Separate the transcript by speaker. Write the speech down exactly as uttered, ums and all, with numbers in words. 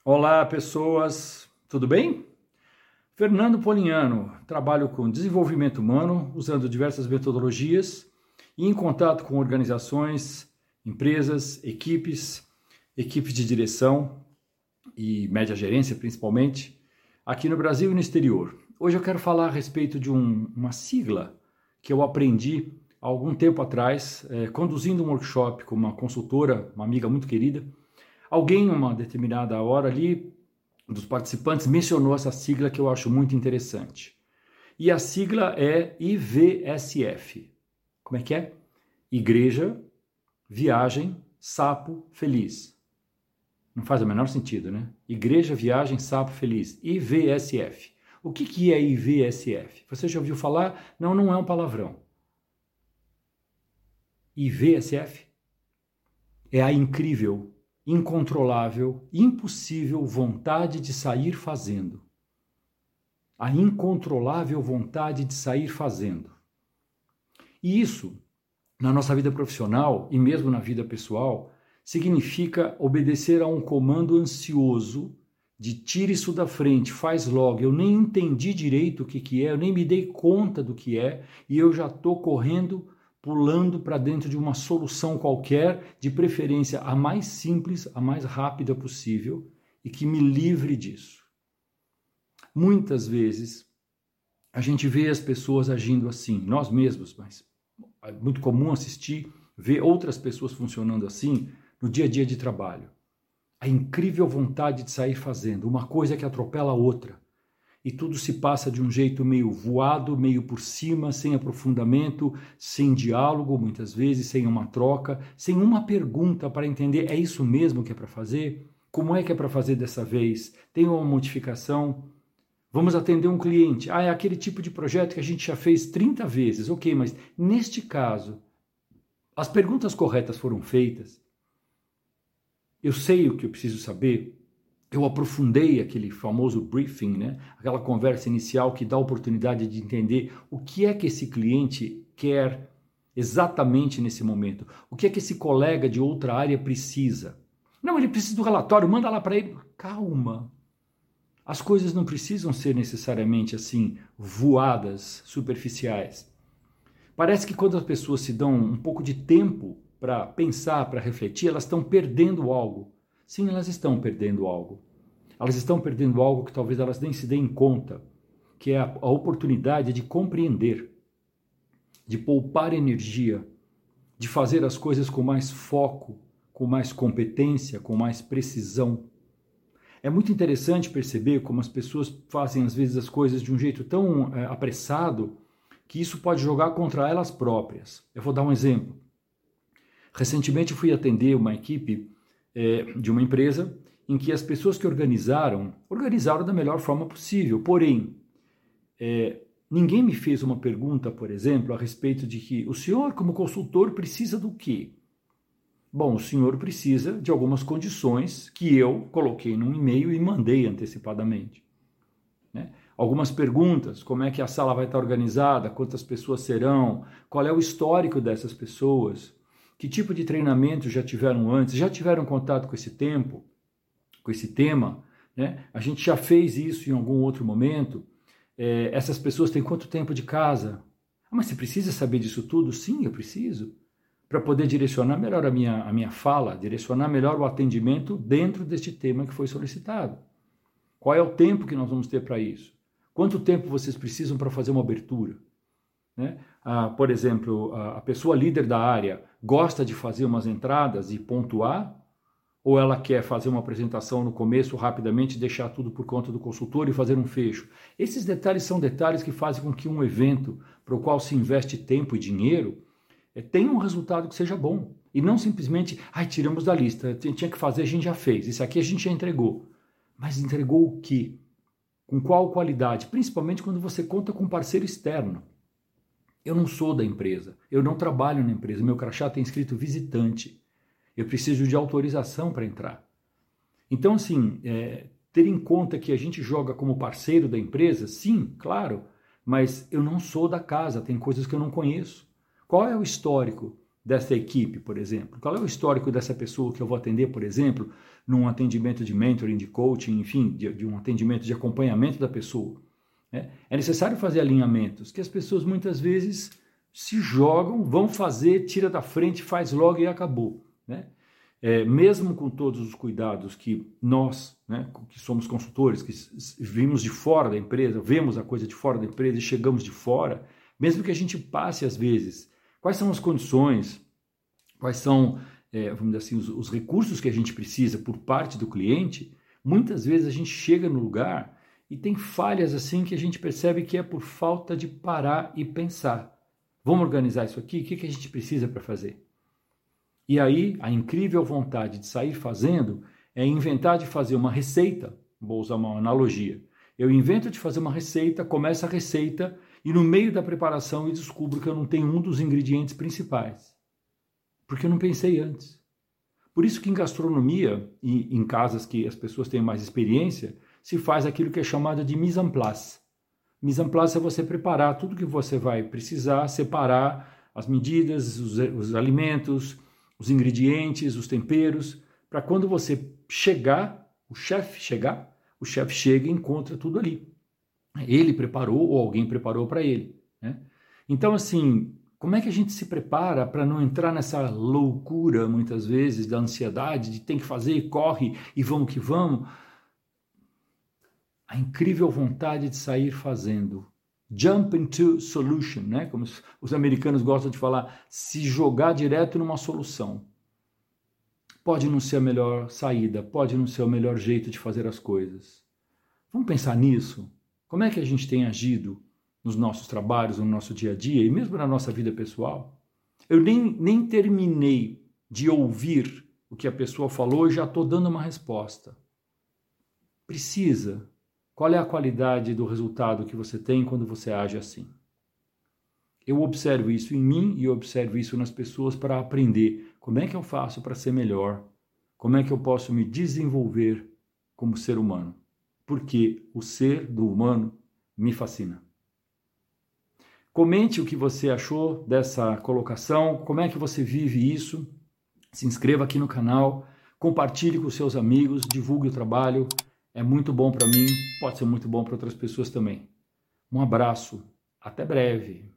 Speaker 1: Olá, pessoas, tudo bem? Fernando Polignano, trabalho com desenvolvimento humano, usando diversas metodologias e em contato com organizações, empresas, equipes, equipes de direção e média gerência, principalmente, aqui no Brasil e no exterior. Hoje eu quero falar a respeito de um, uma sigla que eu aprendi há algum tempo atrás, eh, conduzindo um workshop com uma consultora, uma amiga muito querida. Alguém, uma determinada hora ali, dos participantes, mencionou essa sigla que eu acho muito interessante. E a sigla é I V S F. Como é que é? Igreja, Viagem, Sapo, Feliz. Não faz o menor sentido, né? Igreja, Viagem, Sapo, Feliz. I V S F. O que, que é I V S F? Você já ouviu falar? Não, não é um palavrão. I V S F é a incrível, incontrolável, impossível vontade de sair fazendo. A incontrolável vontade de sair fazendo. E isso, na nossa vida profissional e mesmo na vida pessoal, significa obedecer a um comando ansioso de tira isso da frente, faz logo. Eu nem entendi direito o que, que é, eu nem me dei conta do que é e eu já estou correndo pulando para dentro de uma solução qualquer, de preferência a mais simples, a mais rápida possível, e que me livre disso. Muitas vezes, a gente vê as pessoas agindo assim, nós mesmos, mas é muito comum assistir, ver outras pessoas funcionando assim no dia a dia de trabalho. A incrível vontade de sair fazendo, uma coisa que atropela a outra. E tudo se passa de um jeito meio voado, meio por cima, sem aprofundamento, sem diálogo, muitas vezes, sem uma troca, sem uma pergunta para entender, é isso mesmo que é para fazer? Como é que é para fazer dessa vez? Tem uma modificação? Vamos atender um cliente. Ah, é aquele tipo de projeto que a gente já fez trinta vezes. Ok, mas neste caso, as perguntas corretas foram feitas? Eu sei o que eu preciso saber? Eu aprofundei aquele famoso briefing, né? Aquela conversa inicial que dá a oportunidade de entender o que é que esse cliente quer exatamente nesse momento. O que é que esse colega de outra área precisa. Não, ele precisa do relatório, manda lá para ele. Calma. As coisas não precisam ser necessariamente assim, voadas, superficiais. Parece que quando as pessoas se dão um pouco de tempo para pensar, para refletir, elas estão perdendo algo. Sim, elas estão perdendo algo. Elas estão perdendo algo que talvez elas nem se deem conta, que é a, a oportunidade de compreender, de poupar energia, de fazer as coisas com mais foco, com mais competência, com mais precisão. É muito interessante perceber como as pessoas fazem às vezes as coisas de um jeito tão é, apressado que isso pode jogar contra elas próprias. Eu vou dar um exemplo. Recentemente fui atender uma equipe de uma empresa em que as pessoas que organizaram, organizaram da melhor forma possível. Porém, é, ninguém me fez uma pergunta, por exemplo, a respeito de que o senhor, como consultor, precisa do quê? Bom, o senhor precisa de algumas condições que eu coloquei num e-mail e mandei antecipadamente. Né? Algumas perguntas, como é que a sala vai estar organizada, quantas pessoas serão, qual é o histórico dessas pessoas, que tipo de treinamento já tiveram antes? Já tiveram contato com esse tempo, com esse tema? Né? A gente já fez isso em algum outro momento? É, essas pessoas têm quanto tempo de casa? Ah, mas você precisa saber disso tudo? Sim, eu preciso. Para poder direcionar melhor a minha, a minha fala, direcionar melhor o atendimento dentro deste tema que foi solicitado. Qual é o tempo que nós vamos ter para isso? Quanto tempo vocês precisam para fazer uma abertura? Né? Ah, por exemplo, a pessoa líder da área gosta de fazer umas entradas e pontuar? Ou ela quer fazer uma apresentação no começo rapidamente, deixar tudo por conta do consultor e fazer um fecho? Esses detalhes são detalhes que fazem com que um evento para o qual se investe tempo e dinheiro é, tenha um resultado que seja bom. E não simplesmente, ai, tiramos da lista, tinha que fazer, a gente já fez, isso aqui a gente já entregou. Mas entregou o quê? Com qual qualidade? Principalmente quando você conta com um parceiro externo. Eu não sou da empresa, eu não trabalho na empresa, meu crachá tem escrito visitante. Eu preciso de autorização para entrar. Então, assim, é, ter em conta que a gente joga como parceiro da empresa, sim, claro, mas eu não sou da casa, tem coisas que eu não conheço. Qual é o histórico dessa equipe, por exemplo? Qual é o histórico dessa pessoa que eu vou atender, por exemplo, num atendimento de mentoring, de coaching, enfim, de, de um atendimento de acompanhamento da pessoa? É, é necessário fazer alinhamentos, que as pessoas muitas vezes se jogam, vão fazer, tira da frente, faz logo e acabou, né? É, mesmo com todos os cuidados que nós, né, que somos consultores, que vimos de fora da empresa, vemos a coisa de fora da empresa e chegamos de fora, mesmo que a gente passe às vezes, quais são as condições, quais são, é, vamos dizer assim, os, os recursos que a gente precisa por parte do cliente, muitas vezes a gente chega no lugar e tem falhas assim que a gente percebe que é por falta de parar e pensar. Vamos organizar isso aqui? O que, que a gente precisa para fazer? E aí, a incrível vontade de sair fazendo é inventar de fazer uma receita, vou usar uma analogia. Eu invento de fazer uma receita, começo a receita e no meio da preparação eu descubro que eu não tenho um dos ingredientes principais. Porque eu não pensei antes. Por isso que em gastronomia e em casas que as pessoas têm mais experiência, se faz aquilo que é chamado de mise en place. Mise en place é você preparar tudo que você vai precisar, separar as medidas, os, os alimentos, os ingredientes, os temperos, para quando você chegar, o chefe chegar, o chefe chega e encontra tudo ali. Ele preparou ou alguém preparou para ele, né? Então, assim, como é que a gente se prepara para não entrar nessa loucura, muitas vezes, da ansiedade, de tem que fazer, corre e vamos que vamos? A incrível vontade de sair fazendo. Jump into solution, né? Como os americanos gostam de falar, se jogar direto numa solução. Pode não ser a melhor saída, pode não ser o melhor jeito de fazer as coisas. Vamos pensar nisso? Como é que a gente tem agido nos nossos trabalhos, no nosso dia a dia e mesmo na nossa vida pessoal? Eu nem, nem terminei de ouvir o que a pessoa falou e já estou dando uma resposta. Precisa. Qual é a qualidade do resultado que você tem quando você age assim? Eu observo isso em mim e eu observo isso nas pessoas para aprender como é que eu faço para ser melhor, como é que eu posso me desenvolver como ser humano, porque o ser do humano me fascina. Comente o que você achou dessa colocação, como é que você vive isso, se inscreva aqui no canal, compartilhe com seus amigos, divulgue o trabalho. É muito bom para mim, pode ser muito bom para outras pessoas também. Um abraço, até breve.